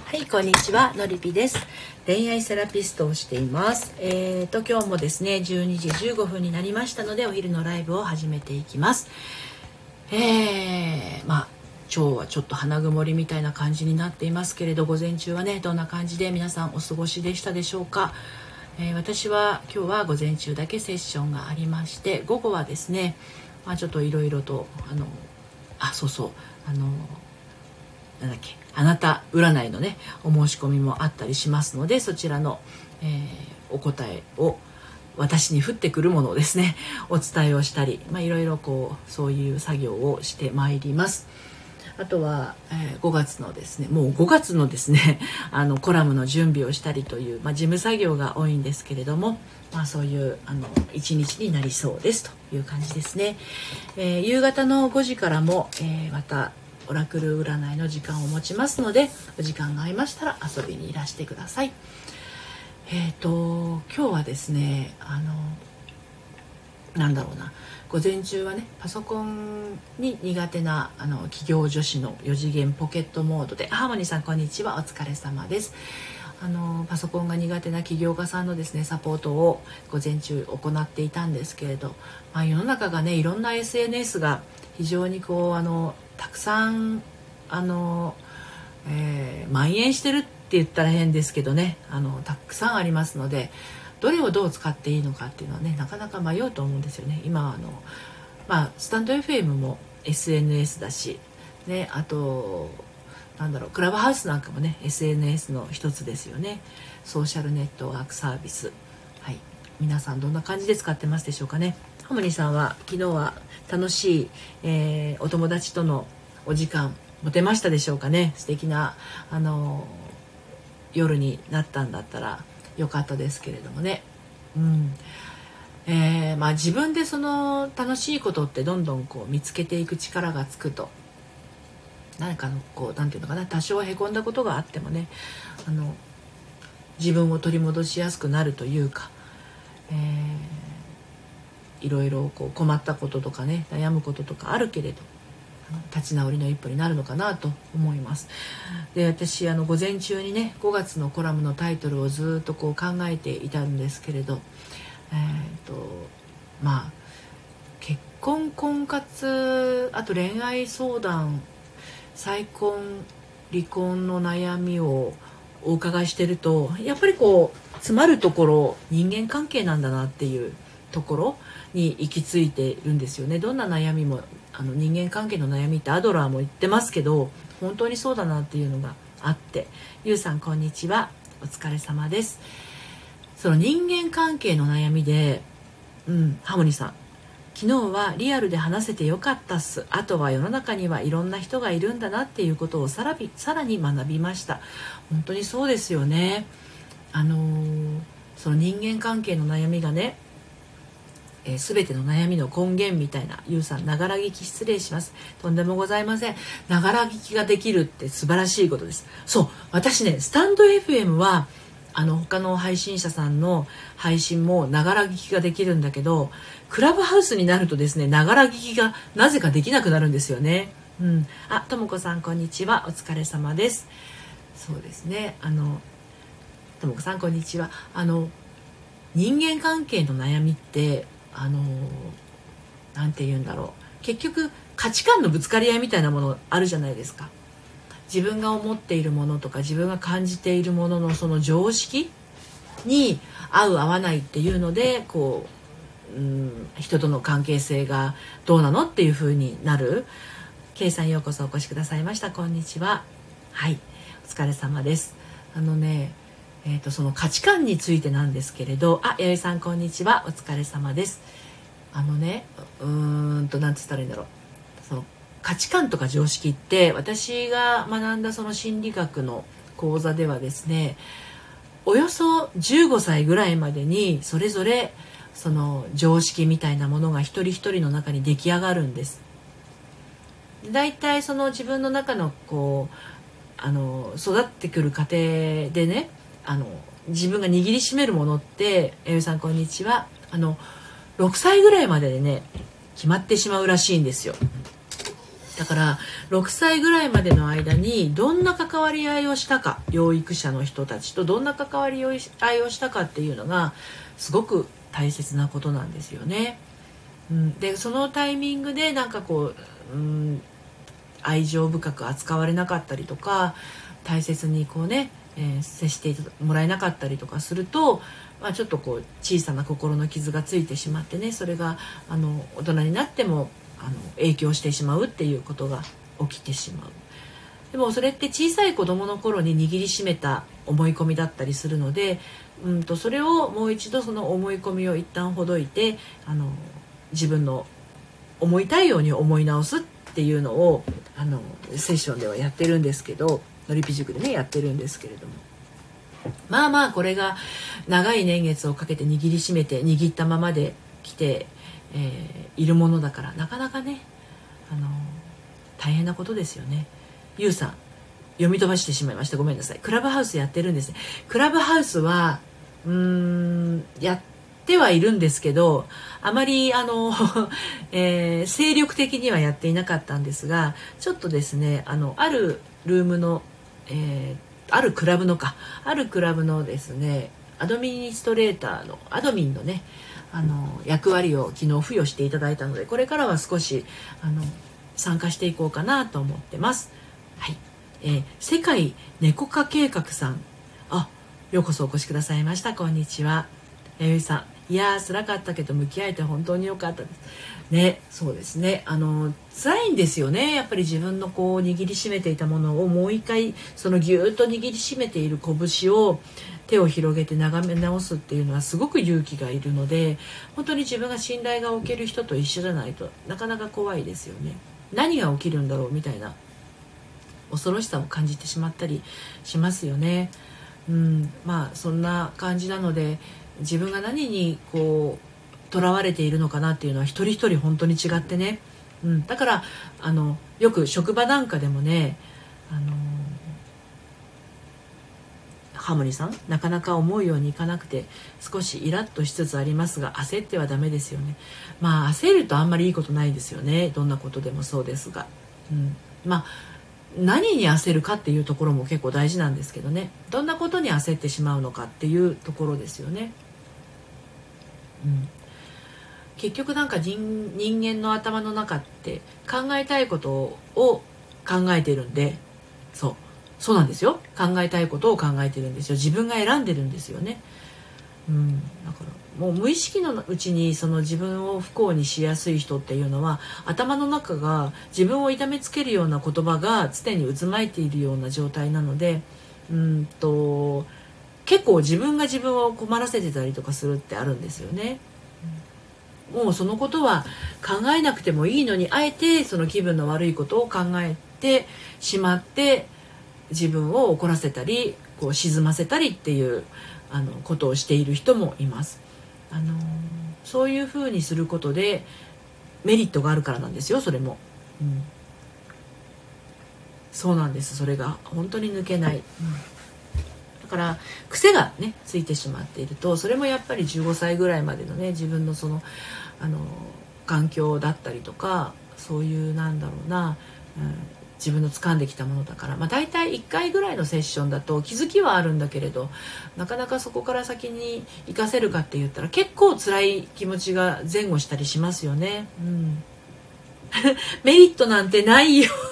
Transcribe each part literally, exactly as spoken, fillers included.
はい、こんにちは、のりぴです。恋愛セラピストをしています。えーと今日もですねじゅうにじじゅうごふんになりましたので、お昼のライブを始めていきます。えー、まあ今日はちょっと花曇りみたいな感じになっていますけれど、午前中はねどんな感じで皆さんお過ごしでしたでしょうか。えー、私は今日は午前中だけセッションがありまして、午後はですね、まあ、ちょっといろいろとあのあそうそうあのなんだっけあなた占いのねお申し込みもあったりしますので、そちらの、えー、お答えを私に降ってくるものをですねお伝えをしたり、まあいろいろこうそういう作業をしてまいります。あとは、えー、ごがつのですねもうごがつのですねあのコラムの準備をしたりという、まあ、事務作業が多いんですけれども、まあ、そういうあの一日になりそうですという感じですね。えー、夕方のごじからも、えー、またオラクル占いの時間を持ちますので、お時間が合いましたら遊びにいらしてください。えっと今日はですねあのなんだろうな午前中はねパソコンに苦手なあの企業女子のよ次元ポケットモードで、ハーモニーさんこんにちは、お疲れ様です。あのパソコンが苦手な起業家さんのですねサポートを午前中行っていたんですけれど、まあ、世の中がねいろんな エスエヌエス が非常にこうあのたくさんあの、えー、蔓延してるって言ったら変ですけどね、あのたくさんありますので、どれをどう使っていいのかっていうのはねなかなか迷うと思うんですよね。今あの、まあ、スタンド エフエム も エスエヌエス だし、ね、あとなんだろうクラブハウスなんかもね エスエヌエス の一つですよね。ソーシャルネットワークサービス、はい、皆さんどんな感じで使ってますでしょうかね。ハモニーさんは昨日は楽しい、えー、お友達とのお時間持てましたでしょうかね。素敵なあの夜になったんだったらよかったですけれどもね、うんえーまあ、自分でその楽しいことってどんどんこう見つけていく力がつくと、何かのこうなんていうのかな、多少へこんだことがあってもねあの自分を取り戻しやすくなるというか、えー、いろいろこう困ったこととかね悩むこととかあるけれど立ち直りの一歩になるのかなと思います。で私あの午前中にねごがつのコラムのタイトルをずっとこう考えていたんですけれど、えーとまあ結婚婚活、あと恋愛相談、再婚離婚の悩みをお伺いしてると、やっぱりこう詰まるところ人間関係なんだなっていうところに行き着いているんですよね。どんな悩みもあの人間関係の悩みってアドラーも言ってますけど、本当にそうだなっていうのがあって、ゆうさんこんにちは、お疲れ様です。その人間関係の悩みで、うん、ハモニさん昨日はリアルで話せてよかったっす。あとは世の中にはいろんな人がいるんだなっていうことをさらびさらに学びました。本当にそうですよね。あのー、その人間関係の悩みがね、えー、全ての悩みの根源みたいな。ゆうさんながら聞き失礼します。とんでもございません。ながら聞きができるって素晴らしいことです。そう私ねスタンド エフエム はあの他の配信者さんの配信もながら聞きができるんだけど、クラブハウスになるとですねながら聞きがなぜかできなくなるんですよね。うん、あ、ともこさんこんにちは、お疲れ様です。そうですね、あのともこさんこんにちは。あの人間関係の悩みってあのなんて言うんだろう、結局価値観のぶつかり合いみたいなものあるじゃないですか。自分が思っているものとか自分が感じているもののその常識に合う合わないっていうのでこう、うん、人との関係性がどうなのっていう風になる。ケイさんようこそお越しくださいました。こんにちは。はい、お疲れ様です。あのね、えーと、その価値観についてなんですけれど、あ、やゆさんこんにちは、お疲れ様です。あのね、うーんとなんて言ったらいいんだろう。その価値観とか常識って私が学んだその心理学の講座ではですね、およそじゅうごさいぐらいまでにそれぞれその常識みたいなものが一人一人の中に出来上がるんです。だいたいその自分の中のこうあの育ってくる過程でね、あの自分が握りしめるものって、えゆさんこんにちは、あのろくさいぐらいまででね決まってしまうらしいんですよ。 だからろくさいぐらいまでの間にどんな関わり合いをしたか、養育者の人たちとどんな関わり合いをしたかっていうのがすごく大切なことなんですよね。うん、でそのタイミングでなんかこう、うん、愛情深く扱われなかったりとか、大切にこうね、えー、接してもらえなかったりとかすると、まあ、ちょっとこう小さな心の傷がついてしまってね、それがあの大人になってもあの影響してしまうっていうことが起きてしまう。でもそれって小さい子どもの頃に握りしめた思い込みだったりするので、うんとそれをもう一度その思い込みを一旦ほどいて、あの自分の思いたいように思い直すっていうのをあのセッションではやってるんですけど、のりぴ塾でねやってるんですけれども、まあまあこれが長い年月をかけて握りしめて握ったままで来て、えー、いるものだから、なかなかねあの大変なことですよね。ゆうさん読み飛ばしてしまいました、ごめんなさい。クラブハウスやってるんですね。クラブハウスはうーんやってはいるんですけど、あまりあの、えー、精力的にはやっていなかったんですが、ちょっとですねあのあるルームの、えー、あるクラブのかあるクラブのですねアドミニストレーターのアドミンのねあの役割を昨日付与していただいたので、これからは少しあの参加していこうかなと思ってます。はい、えー、世界猫化計画さん、あ、ようこそお越しくださいました。こんにちは。弥生さん、いやー辛かったけど向き合えて本当に良かったですね。そうですね、あの辛いんですよね。やっぱり自分のこう握りしめていたものをもう一回そのぎゅーっと握りしめている拳を手を広げて眺め直すっていうのはすごく勇気がいるので、本当に自分が信頼がおける人と一緒じゃないとなかなか怖いですよね。何が起きるんだろうみたいな恐ろしさを感じてしまったりしますよね。うん、まあそんな感じなので、自分が何にこう囚われているのかなっていうのは一人一人本当に違ってね、うん、だからあのよく職場なんかでもね、あのハーモニーさんなかなか思うようにいかなくて少しイラッとしつつありますが、焦ってはダメですよね。まあ焦るとあんまりいいことないですよね。どんなことでもそうですが、うん、まあ何に焦るかっていうところも結構大事なんですけどね、どんなことに焦ってしまうのかっていうところですよね。うん、結局なんか 人, 人間の頭の中って考えたいことを考えてるんで、そうそうなんですよ。考えたいことを考えてるんですよ。自分が選んでるんですよね。うん、だからもう無意識のうちにその自分を不幸にしやすい人っていうのは、頭の中が自分を痛めつけるような言葉が常に渦巻いているような状態なので、うんと結構自分が自分を困らせてたりとかするってあるんですよね。もうそのことは考えなくてもいいのに、あえてその気分の悪いことを考えてしまって自分を怒らせたりこう沈ませたりっていうあのことをしている人もいます。あのそういうふうにすることでメリットがあるからなんですよ、それも、うん、そうなんです。それが本当に抜けない、うん、だから癖がねついてしまっていると、それもやっぱりじゅうごさいぐらいまでのね自分のそのあの環境だったりとか、そういうなんだろうな、うん、自分の掴んできたものだから、まあ、大体いっかいぐらいのセッションだと気づきはあるんだけれど、なかなかそこから先に活かせるかって言ったら結構辛い気持ちが前後したりしますよね、うん、メリットなんてないよ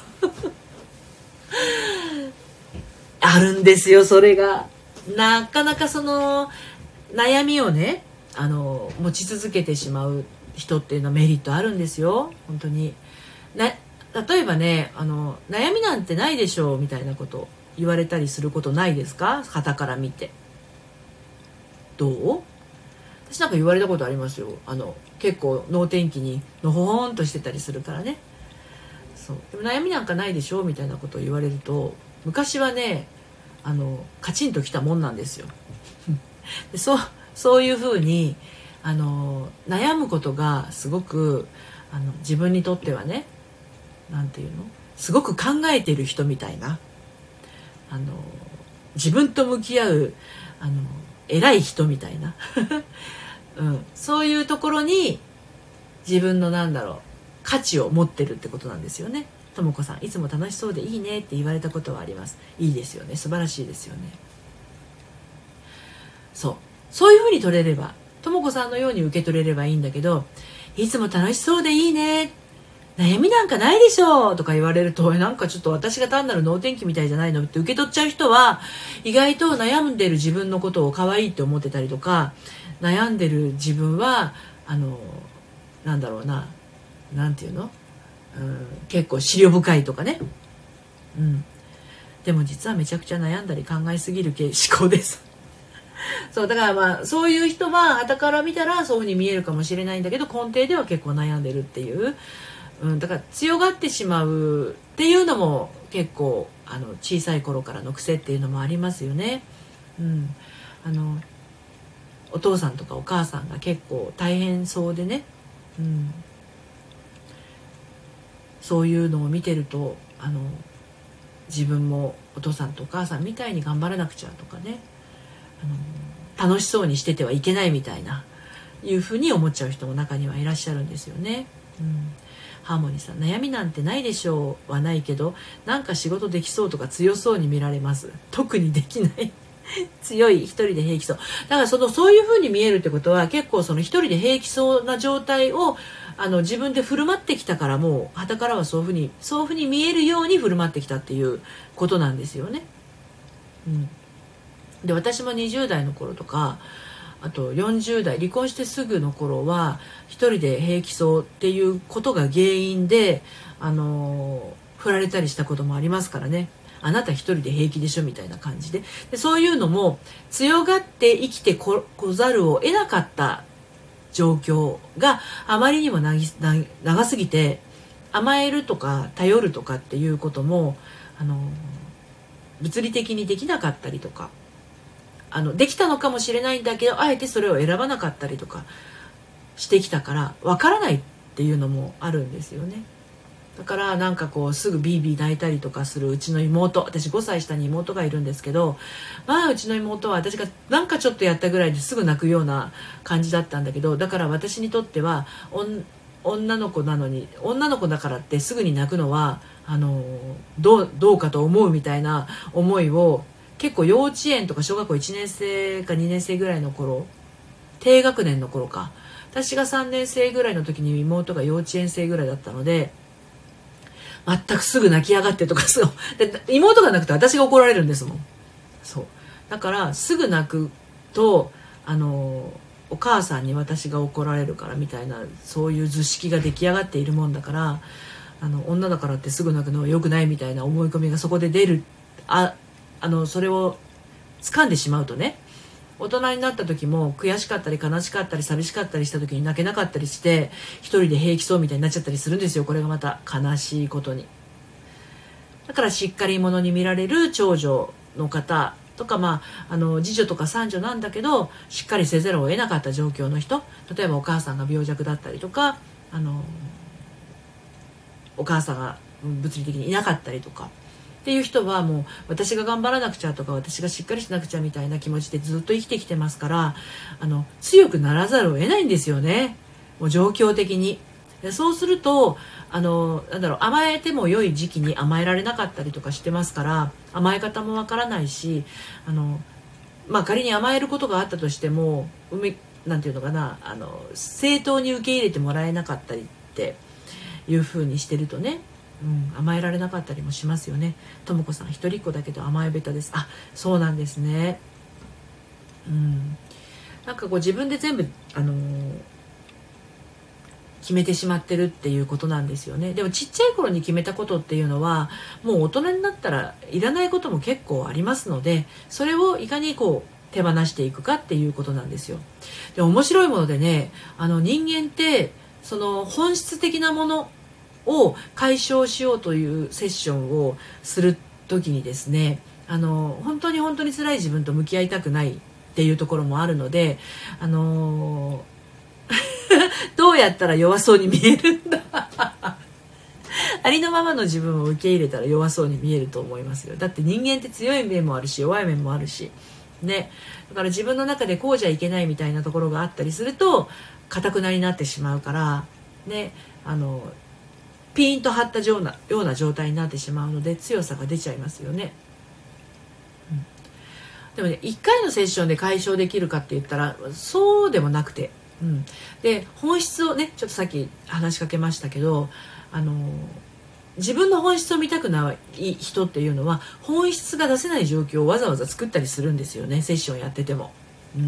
あるんですよ。それがなかなかその悩みをねあの持ち続けてしまう人っていうのはメリットあるんですよ、本当に。な例えばねあの悩みなんてないでしょうみたいなこと言われたりすることないですか？傍から見てどう？私なんか言われたことありますよ。あの結構能天気にのほほんとしてたりするからね。そうでも悩みなんかないでしょみたいなことを言われると、昔はねあのカチンときたもんなんですよでそうそういうふうにあの悩むことがすごくあの自分にとってはね、なんていうの、すごく考えている人みたいな、あの自分と向き合うあの偉い人みたいな、うん、そういうところに自分のなんだろう価値を持ってるってことなんですよね。 ともこさんいつも楽しそうでいいねって言われたことはあります。いいですよね、素晴らしいですよね。そうそういうふうに取れれば、ともこさんのように受け取れればいいんだけど、いつも楽しそうでいいね、悩みなんかないでしょとか言われると、なんかちょっと私が単なる能天気みたいじゃないのって受け取っちゃう人は、意外と悩んでる自分のことを可愛いって思ってたりとか、悩んでる自分はあのなんだろうな、なんていうの、うん、結構思慮深いとかね、うん、でも実はめちゃくちゃ悩んだり考えすぎる系思考ですそうだからまあそういう人は傍から見たらそういうふうに見えるかもしれないんだけど、根底では結構悩んでるっていう、うん、だから強がってしまうっていうのも結構あの小さい頃からの癖っていうのもありますよね。うん、あのお父さんとかお母さんが結構大変そうでね、うん、そういうのを見てると、あの自分もお父さんとお母さんみたいに頑張らなくちゃとかね、あの楽しそうにしててはいけないみたいないうふうに思っちゃう人も中にはいらっしゃるんですよね。うん、ハーモニーさん、悩みなんてないでしょうはないけど、なんか仕事できそうとか強そうに見られます。特にできない強い、一人で平気そう。だからそのそういう風に見えるってことは、結構その一人で平気そうな状態をあの自分で振る舞ってきたから、もう傍からはそういう風にそういう風に見えるように振る舞ってきたっていうことなんですよね。うん、で私もにじゅう代の頃とか、あとよんじゅう代離婚してすぐの頃は一人で平気そうっていうことが原因であの振られたりしたこともありますからね。あなた一人で平気でしょみたいな感じ で, でそういうのも強がって生きて こ, こざるを得なかった状況があまりにもなぎな長すぎて、甘えるとか頼るとかっていうこともあの物理的にできなかったりとか、あのできたのかもしれないんだけど、あえてそれを選ばなかったりとかしてきたからわからないっていうのもあるんですよね。だからなんかこうすぐビービー泣いたりとかするうちの妹、私ごさい下に妹がいるんですけど、まあうちの妹は私がなんかちょっとやったぐらいですぐ泣くような感じだったんだけど、だから私にとっては女の子なのに、女の子だからってすぐに泣くのはあのどう、どうかと思うみたいな思いを結構幼稚園とか小学校いちねん生かにねん生ぐらいの頃、低学年の頃か、私がさんねん生ぐらいの時に妹が幼稚園生ぐらいだったので、全くすぐ泣き上がってとか、そうで妹が泣くと私が怒られるんですもん。そうだからすぐ泣くとあのお母さんに私が怒られるからみたいな、そういう図式が出来上がっているもんだから、あの女だからってすぐ泣くのは良くないみたいな思い込みがそこで出る、ああのそれを掴んでしまうとね、大人になった時も悔しかったり悲しかったり寂しかったりした時に泣けなかったりして一人で平気そうみたいになっちゃったりするんですよ。これがまた悲しいことに。だからしっかり者に見られる長女の方とか、まあ、あの次女とか三女なんだけどしっかりせざるを得なかった状況の人、例えばお母さんが病弱だったりとか、あのお母さんが物理的にいなかったりとかっていう人は、もう私が頑張らなくちゃとか私がしっかりしなくちゃみたいな気持ちでずっと生きてきてますから、あの強くならざるを得ないんですよね、もう状況的に。でそうするとあのなんだろう、甘えても良い時期に甘えられなかったりとかしてますから、甘え方もわからないし、あの、まあ、仮に甘えることがあったとしてもなんていうのかな、あの正当に受け入れてもらえなかったりっていう風にしてるとね、うん、甘えられなかったりもしますよね。ともこさん一人っ子だけど甘え下手です。あ、そうなんですね。うん、なんかこう自分で全部あのー、決めてしまってるっていうことなんですよね。でもちっちゃい頃に決めたことっていうのはもう大人になったらいらないことも結構ありますので、それをいかにこう手放していくかっていうことなんですよ。で面白いものでね、あの人間ってその本質的なものを解消しようというセッションをする時にですね、あの本当に本当に辛い自分と向き合いたくないっていうところもあるので、あのどうやったら弱そうに見えるんだありのままの自分を受け入れたら弱そうに見えると思いますよ。だって人間って強い面もあるし弱い面もあるしね、だから自分の中でこうじゃいけないみたいなところがあったりすると堅くなになってしまうからね、あのピーンと張ったような、ような状態になってしまうので強さが出ちゃいますよね。うん、でもね、いっかいのセッションで解消できるかって言ったらそうでもなくて、うん、で本質をねちょっとさっき話しかけましたけど、あの自分の本質を見たくない人っていうのは本質が出せない状況をわざわざ作ったりするんですよね、セッションやってても。うん、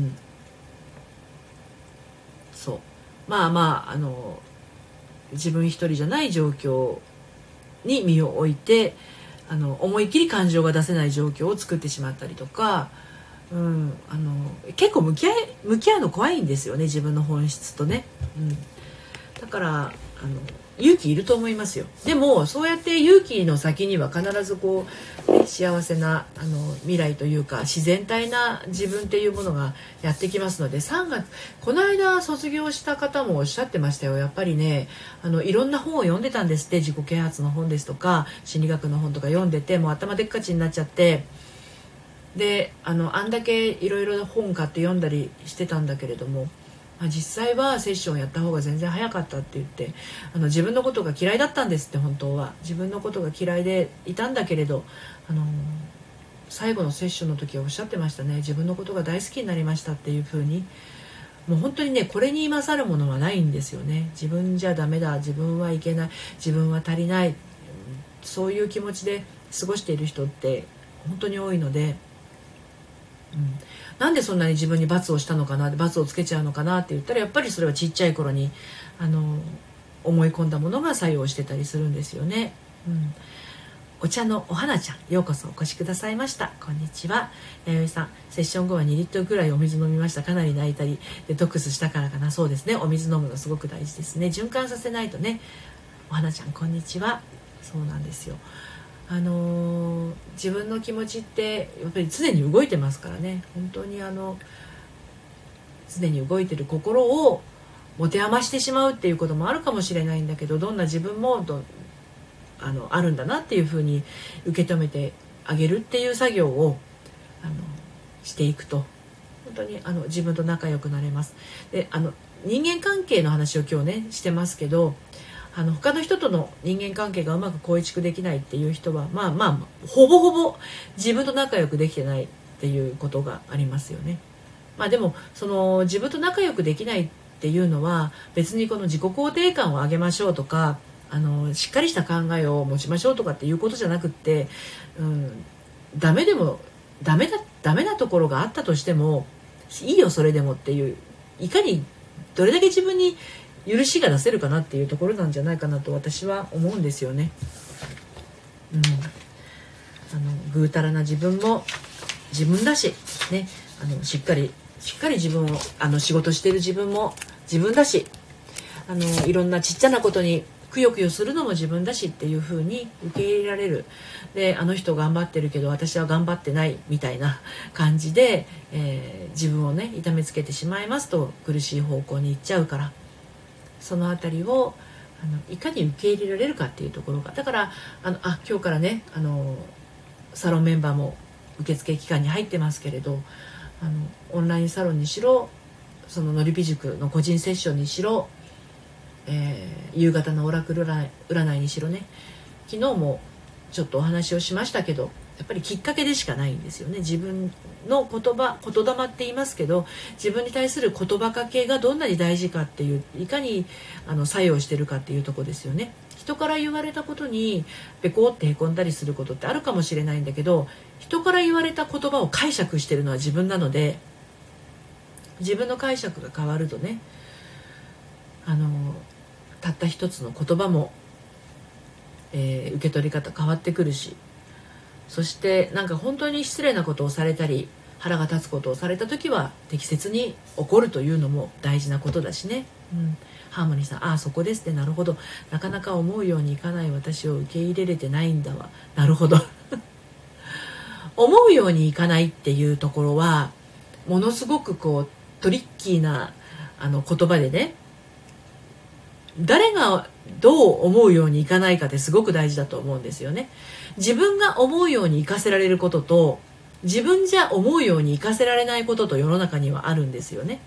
そうまあまああの自分一人じゃない状況に身を置いて、あの思いっきり感情が出せない状況を作ってしまったりとか、うん、あの結構向き合い向き合うの怖いんですよね、自分の本質とね。うん、だからあの勇気いると思いますよ。でもそうやって勇気の先には必ずこう、ね、幸せなあの未来というか自然体な自分っていうものがやってきますので、さんがつこの間卒業した方もおっしゃってましたよ。やっぱりね、あのいろんな本を読んでたんですって。自己啓発の本ですとか心理学の本とか読んでて、もう頭でっかちになっちゃって、で あのあんだけいろいろ本買って読んだりしてたんだけれども、まあ、実際はセッションやった方が全然早かったって言って、あの自分のことが嫌いだったんですって。本当は自分のことが嫌いでいたんだけれど、あの最後のセッションの時はおっしゃってましたね。自分のことが大好きになりましたっていう風に。もう本当にね、これに勝るものはないんですよね。自分じゃダメだ、自分はいけない、自分は足りない、そういう気持ちで過ごしている人って本当に多いので、うん、なんでそんなに自分に罰をしたのかな、罰をつけちゃうのかなって言ったら、やっぱりそれはちっちゃい頃にあの思い込んだものが作用してたりするんですよね。うん、お茶のお花ちゃん、ようこそお越しくださいました。こんにちは。弥生さん、セッション後はにリットルくらいお水飲みました。かなり泣いたりデトックスしたからかな。そうですね、お水飲むのすごく大事ですね。循環させないとね。お花ちゃん、こんにちは。そうなんですよ。あのー、自分の気持ちってやっぱり常に動いてますからね。本当にあの常に動いてる心を持て余してしまうっていうこともあるかもしれないんだけど、どんな自分もどあのあるんだなっていうふうに受け止めてあげるっていう作業をあのしていくと、本当にあの自分と仲良くなれます。で、あの人間関係の話を今日ねしてますけど、あの他の人との人間関係がうまく構築できないっていう人は、まあまあほぼほぼ自分と仲良くできてないっていうことがありますよね。まあでもその自分と仲良くできないっていうのは、別にこの自己肯定感を上げましょうとか、あのしっかりした考えを持ちましょうとかっていうことじゃなくって、うん、ダメでもダメだダメなところがあったとしてもいいよそれでもっていう、いかにどれだけ自分に許しが出せるかなっていうところなんじゃないかなと私は思うんですよね。うん、あのぐうたらな自分も自分だし、ね、あのしっかりしっかり自分をあの仕事している自分も自分だし、あのいろんなちっちゃなことにくよくよするのも自分だしっていう風に受け入れられる。で、あの人頑張ってるけど私は頑張ってないみたいな感じで、えー、自分をね痛めつけてしまいますと苦しい方向に行っちゃうから、そのあたりをあのいかに受け入れられるかっていうところが、だからあのあ今日からねあのサロンメンバーも受付期間に入ってますけれど、あのオンラインサロンにしろ、そののりぴ塾の個人セッションにしろ、えー、夕方のオラクル占いにしろね、昨日もちょっとお話をしましたけど、やっぱりきっかけでしかないんですよね。自分の言葉言霊って言いますけど、自分に対する言葉かけがどんなに大事かっていう、いかにあの作用してるかっていうところですよね。人から言われたことにペコってへこんだりすることってあるかもしれないんだけど、人から言われた言葉を解釈してるのは自分なので、自分の解釈が変わるとね、あのたった一つの言葉も、えー、受け取り方変わってくるし、そしてなんか本当に失礼なことをされたり腹が立つことをされた時は適切に怒るというのも大事なことだしね。うん、ハーモニーさん、ああそこですね、なるほど、なかなか思うようにいかない私を受け入れれてないんだわ、なるほど思うようにいかないっていうところはものすごくこうトリッキーなあの言葉でね、誰がどう思うようにいかないかってすごく大事だと思うんですよね。自分が思うようにいかせられることと、自分じゃ思うようにいかせられないことと世の中にはあるんですよね。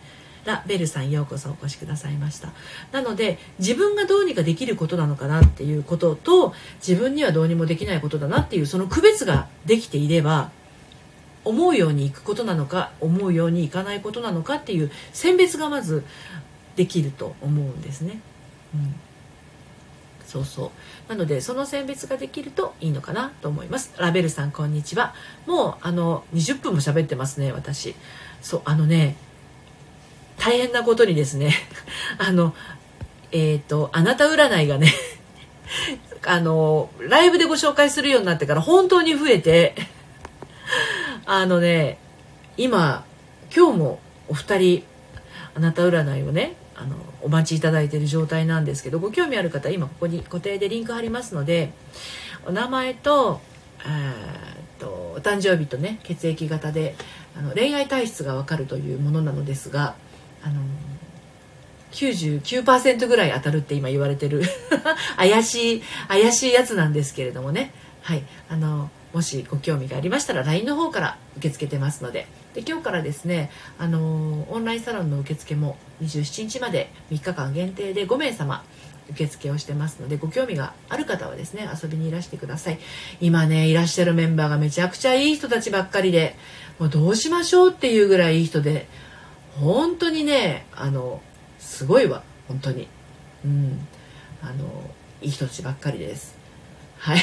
ラベルさん、ようこそお越しくださいました。なので自分がどうにかできることなのかなっていうことと、自分にはどうにもできないことだなっていうその区別ができていれば、思うようにいくことなのか思うようにいかないことなのかっていう選別がまずできると思うんですね。うん、そうそう。なのでその選別ができるといいのかなと思います。ラベルさん、こんにちは。もうあのにじゅっぷんも喋ってますね、私。そう、あのね、大変なことにですねあのえっとあなた占いがねあのライブでご紹介するようになってから本当に増えてあのね、今今日もお二人あなた占いをね、あのお待ちいただいている状態なんですけど、ご興味ある方今ここに固定でリンク貼りますので、お名前とえー、とお誕生日とね、血液型であの恋愛体質が分かるというものなのですが、あの きゅうじゅうきゅうパーセント ぐらい当たるって今言われてる怪しい怪しいやつなんですけれどもね、はい、あのもしご興味がありましたら ライン の方から受け付けてますので、で今日からですね、あのオンラインサロンの受付もにじゅうしちにちまでみっかかん限定でごめいさま受付をしてますので、ご興味がある方はですね、遊びにいらしてください。今ね、いらっしゃるメンバーがめちゃくちゃいい人たちばっかりで、もうどうしましょうっていうぐらいいい人で、本当にね、あのすごいわ、本当に、うん、あのいい人たちばっかりです。はい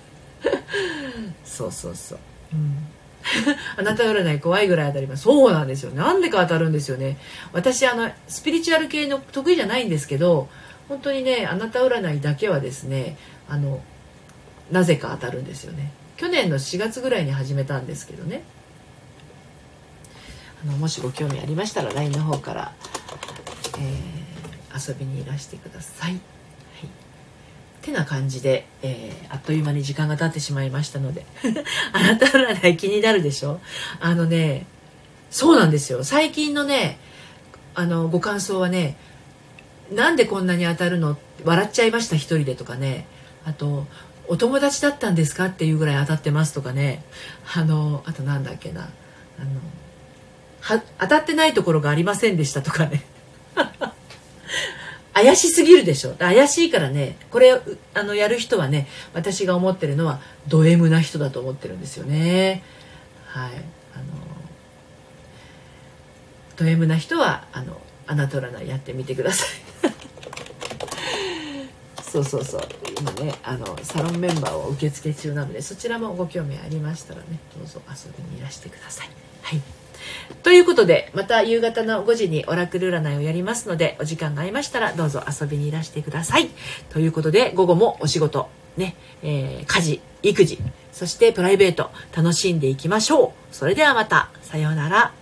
そうそうそう、うん、あなた占い怖いぐらい当たります。そうなんですよ、なんでか当たるんですよね。私あのスピリチュアル系の得意じゃないんですけど、本当にね、あなた占いだけはですね、あのなぜか当たるんですよね。去年のしがつぐらいに始めたんですけどね、あのもしご興味ありましたら ライン の方から、えー、遊びにいらしてください。はい、てな感じで、えー、あっという間に時間が経ってしまいましたのであなた占い気になるでしょ。あのね、そうなんですよ、最近のね、あのご感想はね、なんでこんなに当たるの、笑っちゃいました一人でとかね、あとお友達だったんですかっていうぐらい当たってますとかね、あのあとなんだっけな、あのは当たってないところがありませんでしたとかね怪しすぎるでしょ。怪しいからね、これあのやる人はね、私が思ってるのはド M な人だと思ってるんですよね。はい、あのド M な人はあのあなた占いやってみてくださいそうそうそう、今ね、あのサロンメンバーを受付中なので、そちらもご興味ありましたらね、どうぞ遊びにいらしてください。はい、ということで、また夕方のごじにオラクル占いをやりますので、お時間が合いましたらどうぞ遊びにいらしてください。ということで、午後もお仕事ね、えー、家事育児、そしてプライベート楽しんでいきましょう。それではまた、さようなら。